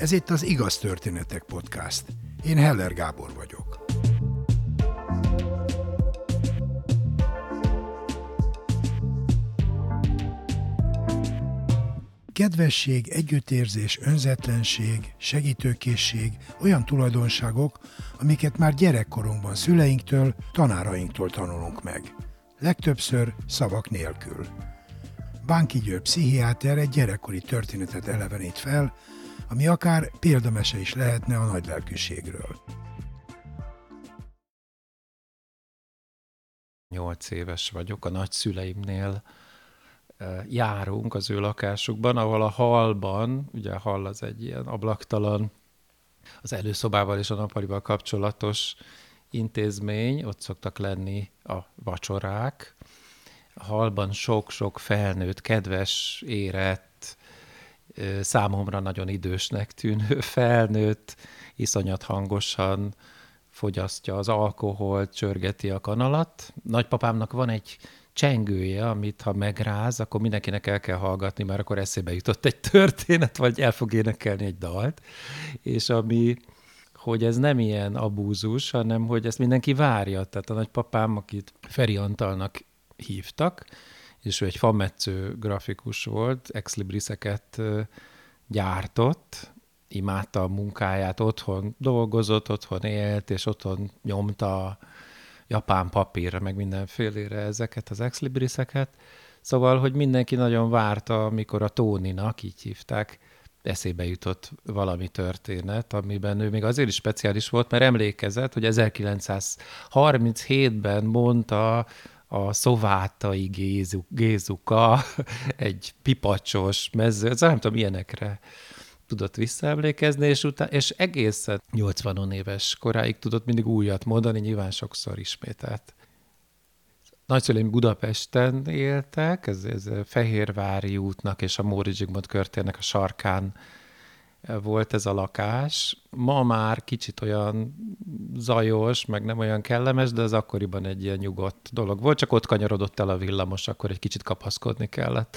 Ez itt az Igaz Történetek Podcast. Én Heller Gábor vagyok. Kedvesség, együttérzés, önzetlenség, segítőkészség olyan tulajdonságok, amiket már gyerekkorunkban szüleinktől, tanárainktól tanulunk meg. Legtöbbször szavak nélkül. Bánki György pszichiáter egy gyerekkori történetet elevenít fel, ami akár példamese is lehetne a nagylelkűségről. 8 éves vagyok, a nagyszüleimnél járunk az ő lakásukban, ahol a hallban, ugye a hall az egy ilyen ablaktalan, az előszobával és a nappalival kapcsolatos intézmény, ott szoktak lenni a vacsorák. A hallban sok-sok felnőtt, kedves, érett, számomra nagyon idősnek tűnő felnőtt, iszonyat hangosan fogyasztja az alkoholt, csörgeti a kanalat. Nagypapámnak van egy csengője, amit ha megráz, akkor mindenkinek el kell hallgatni, mert akkor eszébe jutott egy történet, vagy el fog énekelni egy dalt. És hogy ez nem ilyen abúzus, hanem hogy ezt mindenki várja. Tehát a nagypapám, akit Feri Antalnak hívtak, és ő egy fametsző grafikus volt, exlibriseket gyártott, imádta a munkáját, otthon dolgozott, otthon élt, és otthon nyomta japán papírra, meg mindenfélére ezeket az exlibriseket. Szóval, hogy mindenki nagyon várta, amikor a Tóninak, így hívták, eszébe jutott valami történet, amiben ő még azért is speciális volt, mert emlékezett, hogy 1937-ben mondta a Szovátai Gézuka egy pipacsos mező, nem tudom, ilyenekre tudott visszaemlékezni, és egészen 80 éves koráig tudott mindig újat mondani, nyilván sokszor ismételt. Nagyszüleim Budapesten éltek, ez Fehérvári útnak és a Móricz Zsigmond körtérnek a sarkán volt ez a lakás. Ma már kicsit olyan zajos, meg nem olyan kellemes, de az akkoriban egy ilyen nyugodt dolog volt, csak ott kanyarodott el a villamos, akkor egy kicsit kapaszkodni kellett.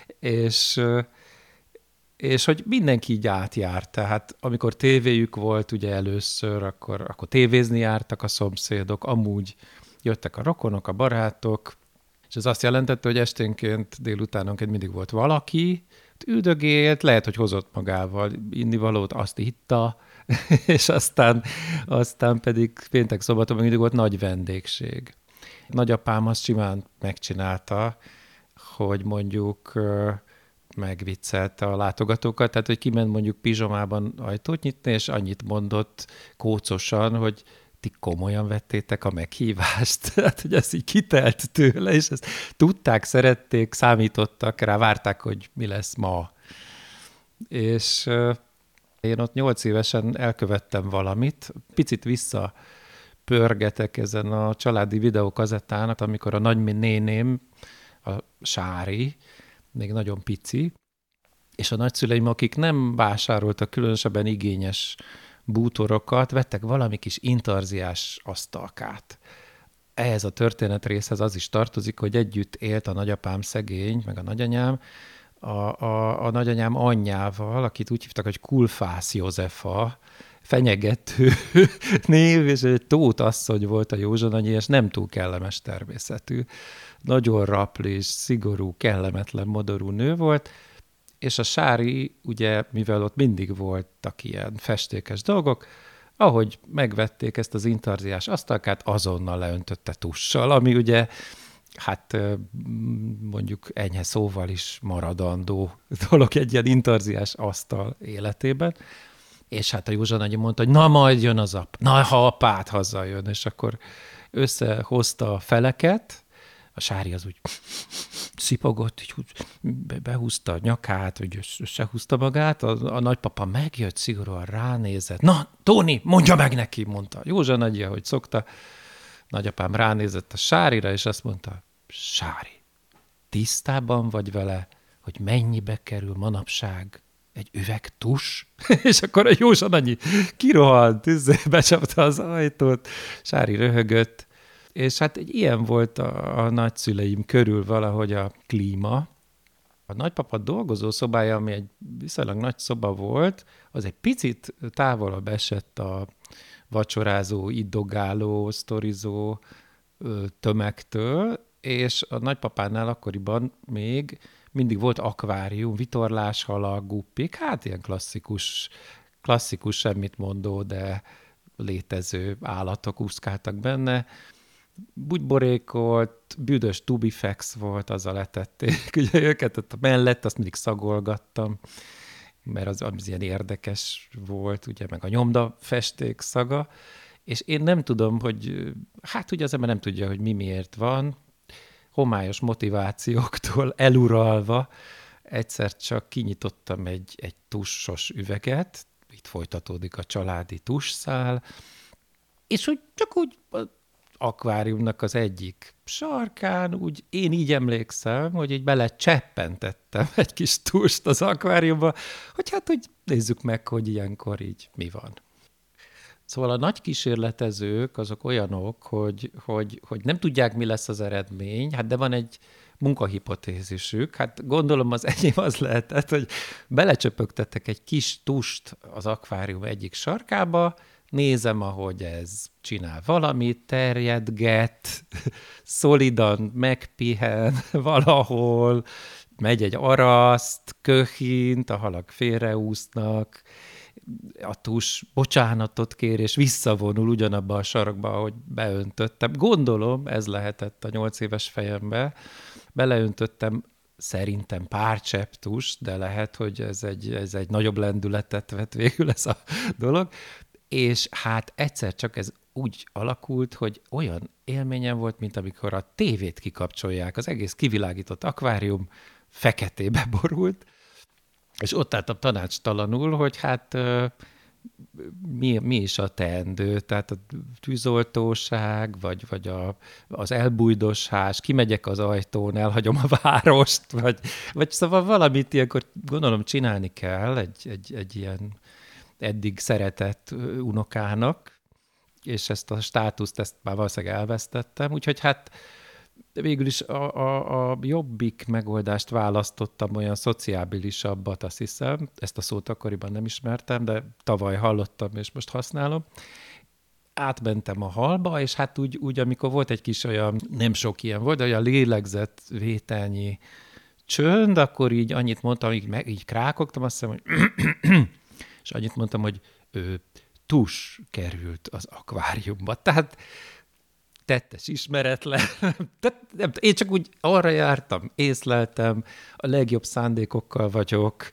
És hogy mindenki így átjárt, tehát amikor tévéjük volt ugye először, akkor tévézni jártak a szomszédok, amúgy jöttek a rokonok, a barátok, és ez azt jelentette, hogy esténként, délutánonként mindig volt valaki, üldögélt, lehet, hogy hozott magával innivalót, azt itta, és aztán pedig péntek szombaton mindig volt nagy vendégség. Nagyapám azt simán megcsinálta, hogy mondjuk megviccelte a látogatókat, tehát hogy kiment mondjuk pizsomában ajtót nyitni, és annyit mondott kócosan, hogy ti komolyan vettétek a meghívást, tehát hogy ez így kitelt tőle, és ezt tudták, szerették, számítottak rá, várták, hogy mi lesz ma. És én ott 8 évesen elkövettem valamit, picit visszapörgetek ezen a családi videókazettán, amikor a nagynéném, a Sári, még nagyon pici, és a nagyszüleim, akik nem vásároltak különösebben igényes bútorokat, vettek valami kis intarziás asztalkát. Ehhez a történetrészhez az is tartozik, hogy együtt élt a nagyapám szegény, meg a nagyanyám, a nagyanyám anyjával, akit úgy hívtak, hogy Kulfász Józefa, fenyegető név, és egy Tóth asszony volt a Józsa Anyi, és nem túl kellemes természetű. Nagyon raplis, szigorú, kellemetlen, modorú nő volt, és a Sári, ugye, mivel ott mindig voltak ilyen festékes dolgok, ahogy megvették ezt az intarziás asztalkát, azonnal leöntötte tussal, ami ugye, hát mondjuk enyhe szóval is maradandó dolog egy ilyen intarziás asztal életében. És hát a Józsa Nagyi mondta, hogy na majd jön az ha apád hazajön, és akkor összehozta a feleket, a Sári az úgy szipogott, így behúzta a nyakát, vagy összehúzta magát, a nagypapa megjött, szigorúan ránézett. Na, Tóni, mondja meg neki, mondta Józsa Nagyi, ahogy szokta. Nagyapám ránézett a Sárira, és azt mondta, Sári, tisztában vagy vele, hogy mennyibe kerül manapság egy üveg tus? És akkor a Józsa Nagyi kirohant, becsapta az ajtót, Sári röhögött, és hát ilyen volt a nagyszüleim körül valahogy a klíma, A nagypapa dolgozó szobája, ami egy viszonylag nagy szoba volt, az egy picit távolabb esett a vacsorázó, iddogáló, sztorizó tömegtől, és a nagypapánál akkoriban még mindig volt akvárium, vitorláshalak, guppik, hát ilyen klasszikus semmit mondó, de létező állatok úszkáltak benne. Bugyborékolt, büdös tubifex volt, azzal letették ugye őket, ott mellett azt mindig szagolgattam, mert az ilyen érdekes volt, ugye, meg a nyomdafesték szaga, és én nem tudom, hogy hát ugye az ember nem tudja, hogy miért van, homályos motivációktól eluralva egyszer csak kinyitottam egy tussos üveget, itt folytatódik a családi tusszál, és hogy csak úgy akváriumnak az egyik sarkán, úgy én így emlékszem, hogy így belecseppentettem egy kis tust az akváriumba, hogy nézzük meg, hogy ilyenkor így mi van. Szóval a nagy kísérletezők azok olyanok, hogy nem tudják, mi lesz az eredmény, hát de van egy munkahipotézisük, hát gondolom az enyém az lehetett, hogy belecsöpögtettek egy kis tust az akvárium egyik sarkába, nézem, ahogy ez csinál valamit, terjedget, szolidan megpihen valahol, megy egy araszt, köhint, a halak félreúsznak, a tus bocsánatot kér, és visszavonul ugyanabba a sarokba, ahogy beöntöttem. Gondolom, ez lehetett a 8 éves fejembe. Beleöntöttem szerintem pár csepp tust, de lehet, hogy ez egy nagyobb lendületet vett végül ez a dolog. És hát egyszer csak ez úgy alakult, hogy olyan élményem volt, mint amikor a tévét kikapcsolják. Az egész kivilágított akvárium feketébe borult, és ott álltam tanácstalanul, hogy hát mi is a teendő, tehát a tűzoltóság, vagy az elbújdosás, kimegyek az ajtón, elhagyom a várost, vagy szóval valamit ilyenkor gondolom csinálni kell egy ilyen eddig szeretett unokának, és ezt a státuszt, ezt már valószínűleg elvesztettem, úgyhogy hát végül is a jobbik megoldást választottam, olyan szociábilisabbat, azt hiszem. Ezt a szót akkoriban nem ismertem, de tavaly hallottam, és most használom. Átmentem a halba, és hát úgy amikor volt egy kis olyan, nem sok ilyen volt, de olyan lélegzetvételnyi csönd, akkor így annyit mondtam, így krákogtam, azt hiszem, hogy és annyit mondtam, hogy tus került az akváriumba. Tehát tettes ismeretlen. Én csak úgy arra jártam, észleltem, a legjobb szándékokkal vagyok,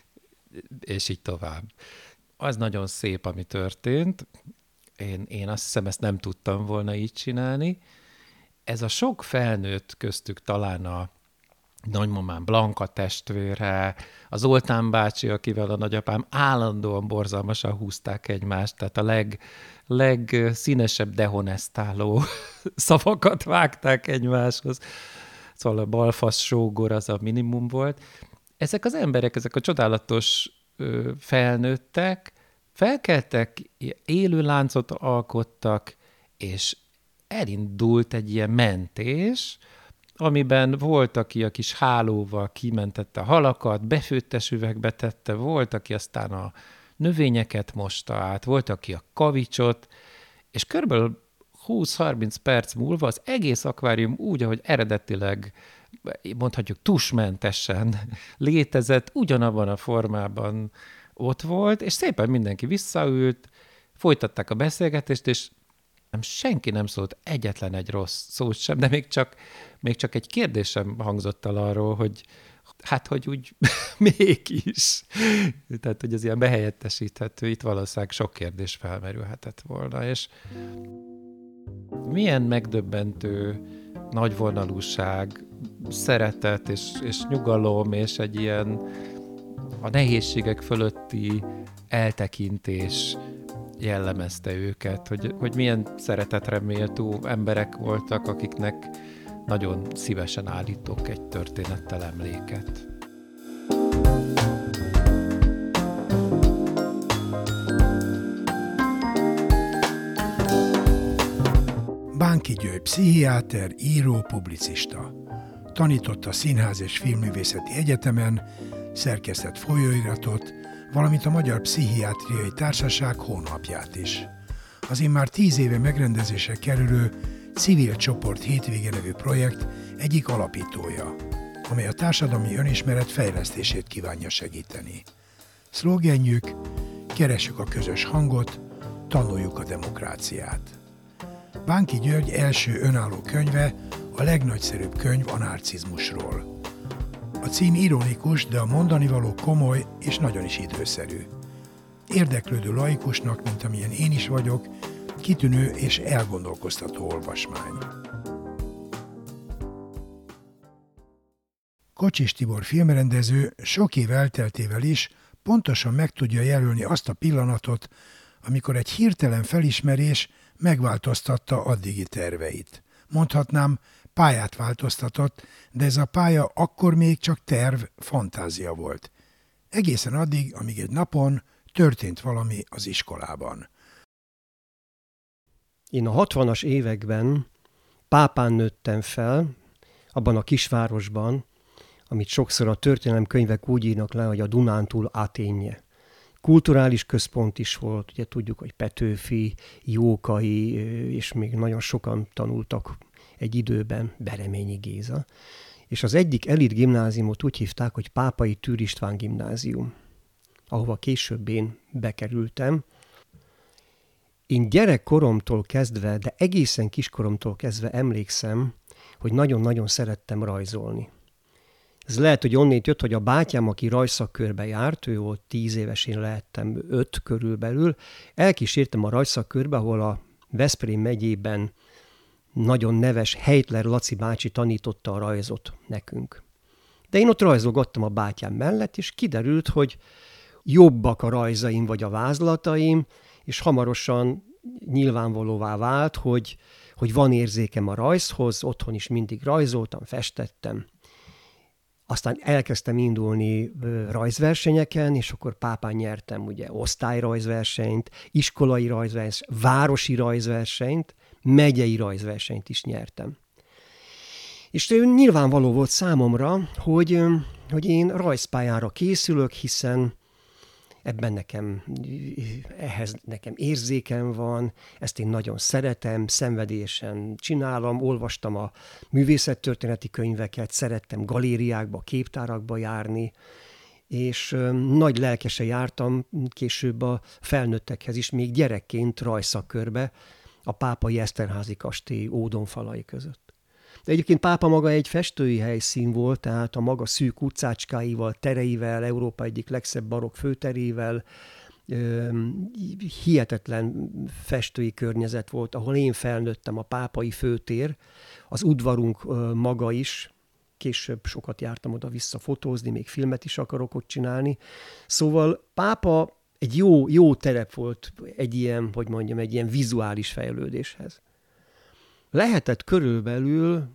és így tovább. Az nagyon szép, ami történt. Én azt hiszem, ezt nem tudtam volna így csinálni. Ez a sok felnőtt köztük talán a nagymamám Blanka testvére, az Zoltán bácsi, akivel a nagyapám állandóan borzalmasan húzták egymást, tehát a legszínesebb dehonestáló szavakat vágták egymáshoz. Szóval a balfasz sógor az a minimum volt. Ezek az emberek, ezek a csodálatos felnőttek, felkeltek, élő láncot alkottak, és elindult egy ilyen mentés, amiben volt, aki a kis hálóval kimentette a halakat, befőttes üvegbe tette, volt, aki aztán a növényeket mosta át, volt, aki a kavicsot, és körülbelül 20-30 perc múlva az egész akvárium úgy, ahogy eredetileg, mondhatjuk tusmentesen létezett, ugyanabban a formában ott volt, és szépen mindenki visszaült, folytatták a beszélgetést, és senki nem szólt egyetlen egy rossz szót sem, de még csak egy kérdésem hangzott el arról, hogy hát, hogy úgy mégis. Tehát, hogy ez ilyen behelyettesíthető, itt valószínűleg sok kérdés felmerülhetett volna, és milyen megdöbbentő nagyvonalúság, szeretet és nyugalom, és egy ilyen a nehézségek fölötti eltekintés jellemezte őket, hogy milyen szeretetre méltó emberek voltak, akiknek nagyon szívesen állítok egy történettel emléket. Bánki György pszichiáter, író, publicista. tanított a Színház és Filmművészeti Egyetemen, szerkesztett folyóiratot, valamint a Magyar Pszichiátriai Társaság honlapját is. Az immár 10 éve megrendezésre kerülő Civil Csoport Hétvége nevű projekt egyik alapítója, amely a társadalmi önismeret fejlesztését kívánja segíteni. Szlogenjük: keressük a közös hangot, tanuljuk a demokráciát. Bánki György első önálló könyve a legnagyszerűbb könyv a narcizmusról. A cím ironikus, de a mondanivaló komoly és nagyon is időszerű. Érdeklődő laikusnak, mint amilyen én is vagyok, kitűnő és elgondolkoztató olvasmány. Kocsis Tibor filmrendező sok év elteltével is pontosan meg tudja jelölni azt a pillanatot, amikor egy hirtelen felismerés megváltoztatta addigi terveit. Mondhatnám, pályát változtatott, de ez a pálya akkor még csak terv, fantázia volt. Egészen addig, amíg egy napon történt valami az iskolában. Én a 60-as években Pápán nőttem fel, abban a kisvárosban, amit sokszor a történelemkönyvek úgy írnak le, hogy a Dunántúl Athénje. Kulturális központ is volt, ugye tudjuk, hogy Petőfi, Jókai, és még nagyon sokan tanultak egy időben, Bereményi Géza. És az egyik elit gimnáziumot úgy hívták, hogy Pápai Tűr István gimnázium, ahova később én bekerültem. Én gyerekkoromtól kezdve, de egészen kiskoromtól kezdve emlékszem, hogy nagyon-nagyon szerettem rajzolni. Ez lehet, hogy onnét jött, hogy a bátyám, aki rajzszakkörbe járt, ő volt 10 éves, én lehettem 5 körülbelül, elkísértem a rajzszakkörbe, ahol a Veszprém megyében nagyon neves Heitler Laci bácsi tanította a rajzot nekünk. De én ott rajzolgattam a bátyám mellett, és kiderült, hogy jobbak a rajzaim vagy a vázlataim, és hamarosan nyilvánvalóvá vált, hogy van érzékem a rajzhoz, otthon is mindig rajzoltam, festettem. Aztán elkezdtem indulni rajzversenyeken, és akkor Pápán nyertem ugye osztályrajzversenyt, iskolai rajzversenyt, városi rajzversenyt, megyei rajzversenyt is nyertem. És nyilvánvaló volt számomra, hogy én rajzpályára készülök, hiszen ehhez nekem érzékem van, ezt én nagyon szeretem, szenvedélyesen csinálom, olvastam a művészettörténeti könyveket, szerettem galériákba, képtárakba járni, és nagy lelkesen jártam később a felnőttekhez is, még gyerekként rajzszakkörbe a Pápai Eszterházy kastély ódonfalai között. De egyébként Pápa maga egy festői helyszín volt, tehát a maga szűk utcácskáival, tereivel, Európa egyik legszebb barokk főterével, hihetetlen festői környezet volt, ahol én felnőttem, a Pápai főtér, az udvarunk maga is, később sokat jártam oda-vissza fotózni, még filmet is akarok ott csinálni. Szóval Pápa egy jó terep volt egy ilyen, egy ilyen vizuális fejlődéshez. Lehetett körülbelül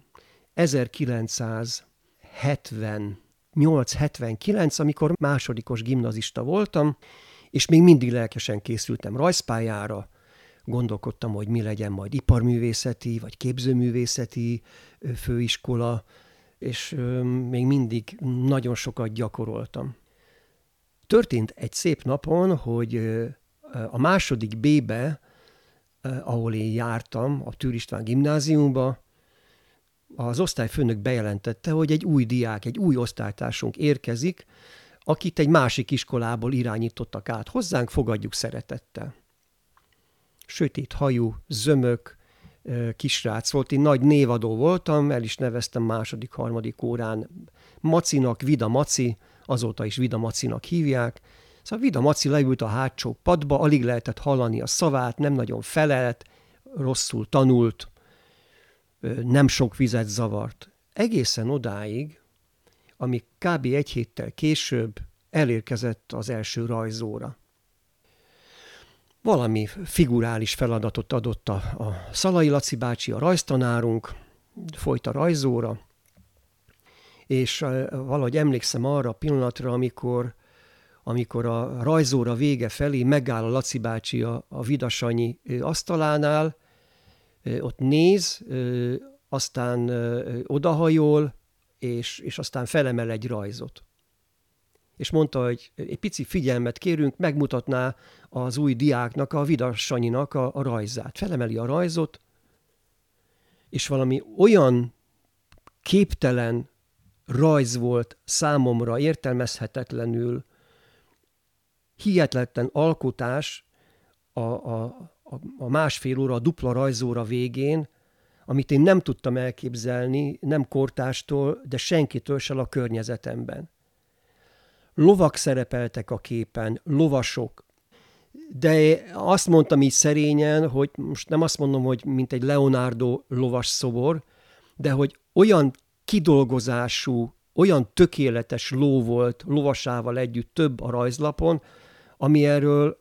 1978-79, amikor másodikos gimnazista voltam, és még mindig lelkesen készültem rajzpályára, gondolkodtam, hogy mi legyen majd iparművészeti, vagy képzőművészeti főiskola, és még mindig nagyon sokat gyakoroltam. Történt egy szép napon, hogy a második B-be, ahol én jártam, a Tűr István gimnáziumba, az osztályfőnök bejelentette, hogy egy új diák, egy új osztálytársunk érkezik, akit egy másik iskolából irányítottak át hozzánk, fogadjuk szeretettel. Sötét hajú, zömök, kisrác volt, én nagy névadó voltam, el is neveztem második-harmadik órán Macinak, Vida Maci, azóta is Vida Macinak hívják. Szóval Vida Maci leült a hátsó padba, alig lehetett hallani a szavát, nem nagyon felelt, rosszul tanult, nem sok vizet zavart. Egészen odáig, amíg kb. Egy héttel később elérkezett az első rajzóra. Valami figurális feladatot adott a Szalai Laci bácsi, a rajztanárunk, folyt a rajzóra, és valahogy emlékszem arra a pillanatra, amikor a rajzóra vége felé megáll a Laci bácsi a Vida-Sanyi asztalánál, ott néz, aztán odahajol, és aztán felemel egy rajzot. És mondta, hogy egy pici figyelmet kérünk, megmutatná az új diáknak, a Vidas Sanyinak a rajzát. Felemeli a rajzot, és valami olyan képtelen rajz volt számomra, értelmezhetetlenül, hihetetlen alkotás a másfél óra, a dupla rajzóra végén, amit én nem tudtam elképzelni, nem kortástól, de senkitől se a környezetemben. Lovak szerepeltek a képen, lovasok, de azt mondtam így szerényen, hogy most nem azt mondom, hogy mint egy Leonardo lovas szobor, de hogy olyan kidolgozású, olyan tökéletes ló volt lovasával együtt több a rajzlapon, ami erről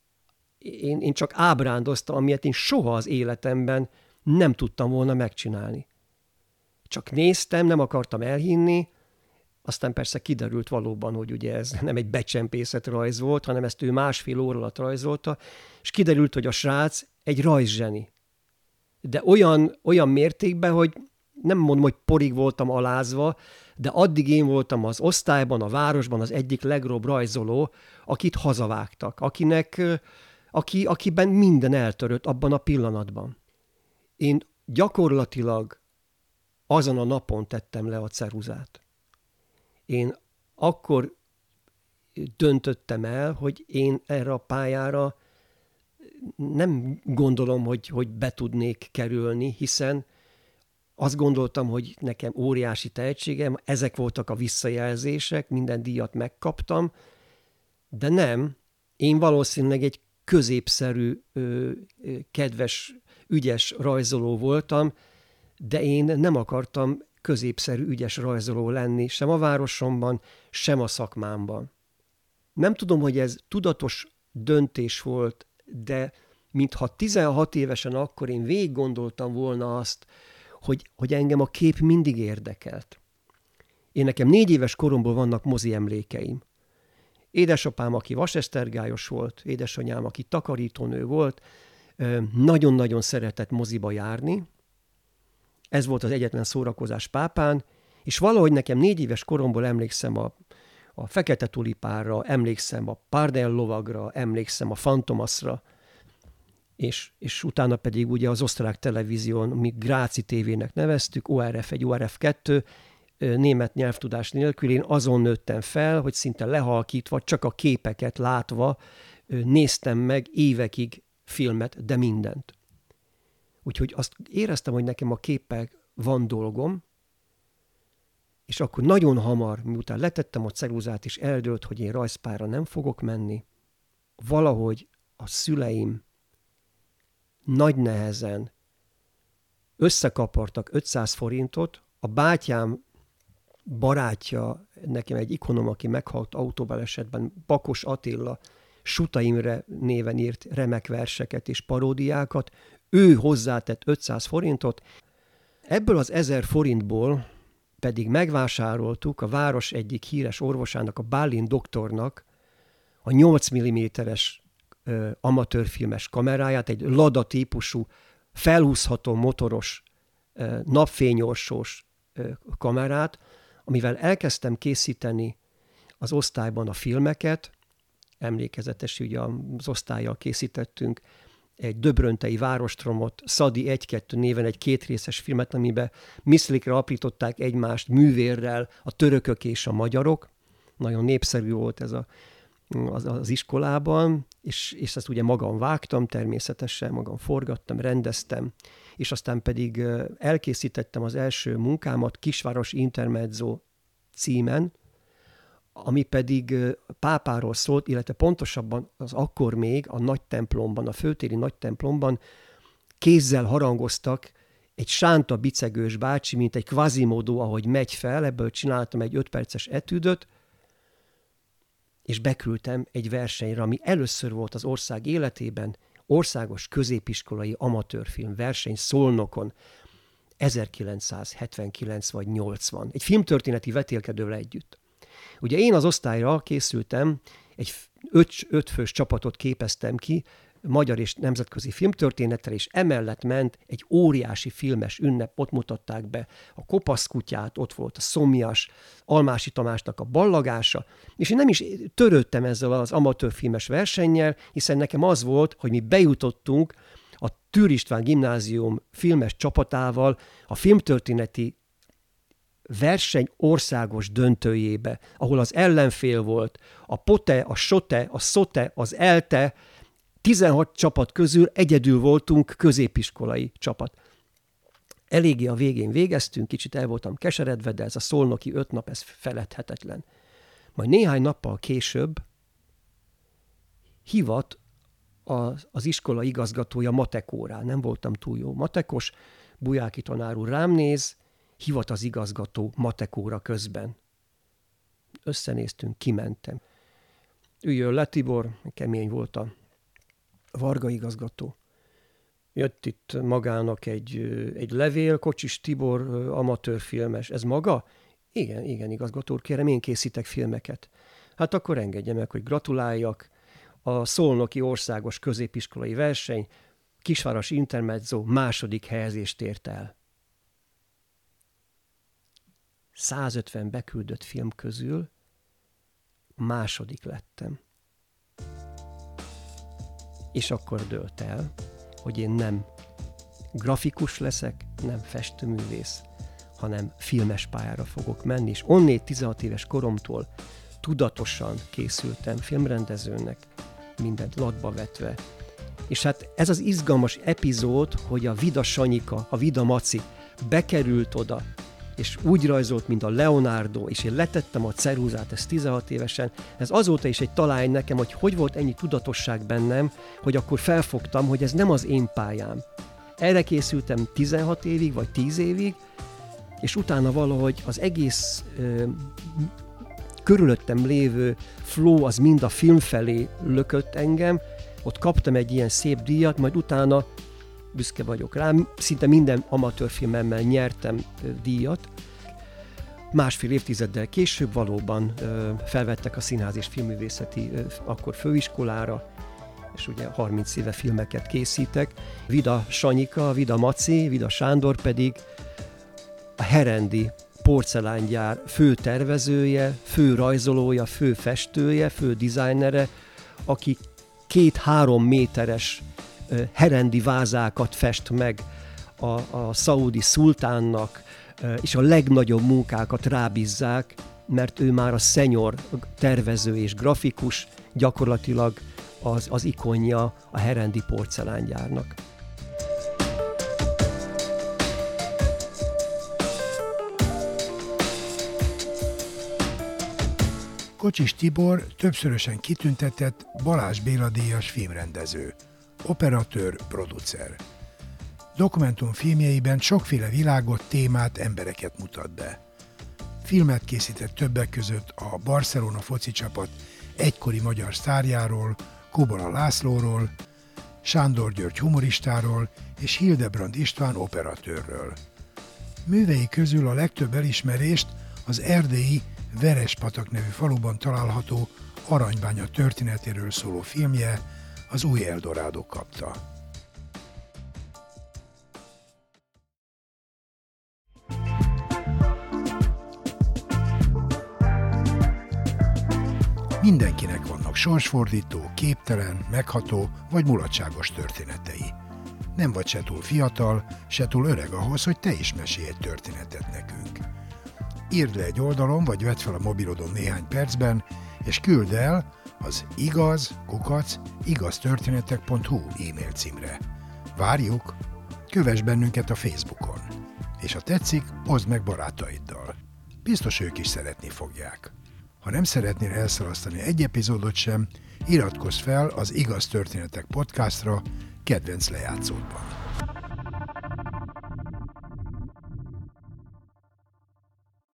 én csak ábrándoztam, amilyet én soha az életemben nem tudtam volna megcsinálni. Csak néztem, nem akartam elhinni, aztán persze kiderült valóban, hogy ugye ez nem egy becsempészett rajz volt, hanem ezt ő másfél óra alatt rajzolta, és kiderült, hogy a srác egy rajzzseni. De olyan mértékben, hogy nem mondom, hogy porig voltam alázva, de addig én voltam az osztályban, a városban az egyik legjobb rajzoló, akit hazavágtak, akiben minden eltörött abban a pillanatban. Én gyakorlatilag azon a napon tettem le a ceruzát. Én akkor döntöttem el, hogy én erre a pályára nem gondolom, hogy be tudnék kerülni, hiszen azt gondoltam, hogy nekem óriási tehetségem, ezek voltak a visszajelzések, minden díjat megkaptam, de nem, én valószínűleg egy középszerű, kedves, ügyes rajzoló voltam, de én nem akartam középszerű, ügyes rajzoló lenni, sem a városomban, sem a szakmámban. Nem tudom, hogy ez tudatos döntés volt, de mintha 16 évesen akkor én végig gondoltam volna azt, hogy engem a kép mindig érdekelt. Nekem 4 éves koromból vannak mozi emlékeim. Édesapám, aki vasesztergályos volt, édesanyám, aki takarítónő volt, nagyon-nagyon szeretett moziba járni. Ez volt az egyetlen szórakozás Pápán, és valahogy nekem 4 éves koromból emlékszem a Fekete Tulipánra, emlékszem a Pardel lovagra, emlékszem a Fantomaszra, és utána pedig ugye az osztrák televízión, mi Gráci tévének neveztük, ORF1, ORF2, német nyelvtudás nélkül, én azon nőttem fel, hogy szinte lehalkítva, csak a képeket látva néztem meg évekig filmet, de mindent. Úgyhogy azt éreztem, hogy nekem a képpel van dolgom, és akkor nagyon hamar, miután letettem a ceruzát, és eldőlt, hogy én rajzpályára nem fogok menni, valahogy a szüleim nagy nehezen összekapartak 500 forintot, a bátyám barátja, nekem egy ikonom, aki meghalt autóbalesetben, Bakos Attila, Suta Imre néven írt remek verseket és paródiákat, ő hozzátett 500 forintot, ebből az 1000 forintból pedig megvásároltuk a város egyik híres orvosának, a Bálint doktornak a 8 mm-es amatőrfilmes kameráját, egy Lada típusú, felhúzható motoros, napfényorsós kamerát, amivel elkezdtem készíteni az osztályban a filmeket, emlékezetes, ugye az osztállyal készítettünk egy döbröntei várostromot, Szadi 1-2 néven egy 2 részes filmet, amiben miszlikre aprították egymást művérrel a törökök és a magyarok. Nagyon népszerű volt ez az iskolában, és ezt ugye magam vágtam, természetesen magam forgattam, rendeztem, és aztán pedig elkészítettem az első munkámat Kisváros Intermezzo címen, ami pedig Pápáról szólt, illetve pontosabban az akkor még a nagy templomban, a főtéri nagy templomban kézzel harangoztak egy sánta bicegős bácsi, mint egy Quasimodo, ahogy megy fel, ebből csináltam egy 5 perces etűdöt, és beküldtem egy versenyre, ami először volt az ország életében, országos középiskolai amatőrfilm verseny Szolnokon, 1979 vagy 80, egy filmtörténeti vetélkedővel együtt. Ugye én az osztályra készültem, egy 5 fős csapatot képeztem ki, magyar és nemzetközi filmtörténettel, és emellett ment egy óriási filmes ünnep, ott mutatták be a Kopaszkutyát, ott volt a Szomjas, Almási Tamásnak a Ballagása, és én nem is törődtem ezzel az amatőrfilmes versennyel, hiszen nekem az volt, hogy mi bejutottunk a Tűr István Gimnázium filmes csapatával a filmtörténeti verseny országos döntőjébe, ahol az ellenfél volt a POTE, a SOTE, a SZOTE, az ELTE, 16 csapat közül egyedül voltunk középiskolai csapat. Eléggé a végén végeztünk, kicsit el voltam keseredve, de ez a szolnoki 5 nap, ez feledhetetlen. Majd néhány nappal később hivat az iskola igazgatója matekórá. Nem voltam túl jó matekos, Bujáki tanár úr rám néz, hivat az igazgató matekóra közben. Összenéztünk, kimentem. Üljön le, Tibor, kemény volt a Varga igazgató. Jött itt magának egy levél, Kocsis Tibor, amatőrfilmes. Ez maga? Igen, igazgató úr, kérem, én készítek filmeket. Hát akkor engedje meg, hogy gratuláljak. A szolnoki országos középiskolai verseny, Kisváros Intermezzo második helyezést ért el. 150 beküldött film közül második lettem. És akkor dőlt el, hogy én nem grafikus leszek, nem festőművész, hanem filmes pályára fogok menni, és onnét 16 éves koromtól tudatosan készültem filmrendezőnek, mindent latba vetve. És hát ez az izgalmas epizód, hogy a Vida Sanyika, a Vida Maci bekerült oda, és úgy rajzolt, mint a Leonardo, és én letettem a ceruzát, ez 16 évesen. Ez azóta is egy talány nekem, hogy volt ennyi tudatosság bennem, hogy akkor felfogtam, hogy ez nem az én pályám. Erre készültem 16 évig, vagy 10 évig, és utána valahogy az egész körülöttem lévő flow az mind a film felé lökött engem, ott kaptam egy ilyen szép díjat, majd utána büszke vagyok rám, szinte minden amatőrfilmemmel nyertem díjat. Másfél évtizeddel később valóban felvettek a Színház és Filmművészeti akkor főiskolára, és ugye 30 éve filmeket készítek. Vida Sanyika, Vida Maci, Vida Sándor pedig a Herendi porcelángyár fő tervezője, fő rajzolója, fő festője, fő dizájnere, aki 2-3 méteres herendi vázákat fest meg a szaudi szultánnak, és a legnagyobb munkákat rábízzák, mert ő már a senior tervező és grafikus, gyakorlatilag az ikonja a herendi porcelángyárnak. Kocsis Tibor többszörösen kitüntetett Balázs Béla díjas filmrendező, operatőr, producer. Dokumentumfilmjeiben sokféle világot, témát, embereket mutat be. Filmet készített többek között a Barcelona foci csapat egykori magyar sztárjáról, Kubola Lászlóról, Sándor György humoristáról és Hildebrand István operatőrről. Művei közül a legtöbb elismerést az erdélyi Verespatak nevű faluban található Aranybánya történetéről szóló filmje, az Új Eldorádó kapta. Mindenkinek vannak sorsfordító, képtelen, megható vagy mulatságos történetei. Nem vagy se túl fiatal, se túl öreg ahhoz, hogy te is mesélj egy történetet nekünk. Írd le egy oldalon, vagy vedd fel a mobilodon néhány percben, és küld el az igaz@igaztörténetek.hu e-mail címre. Várjuk! Kövess bennünket a Facebookon. És ha tetszik, oszd meg barátaiddal. Biztos ők is szeretni fogják. Ha nem szeretnél elszalasztani egy epizódot sem, iratkozz fel az Igaz Történetek podcastra kedvenc lejátszódban.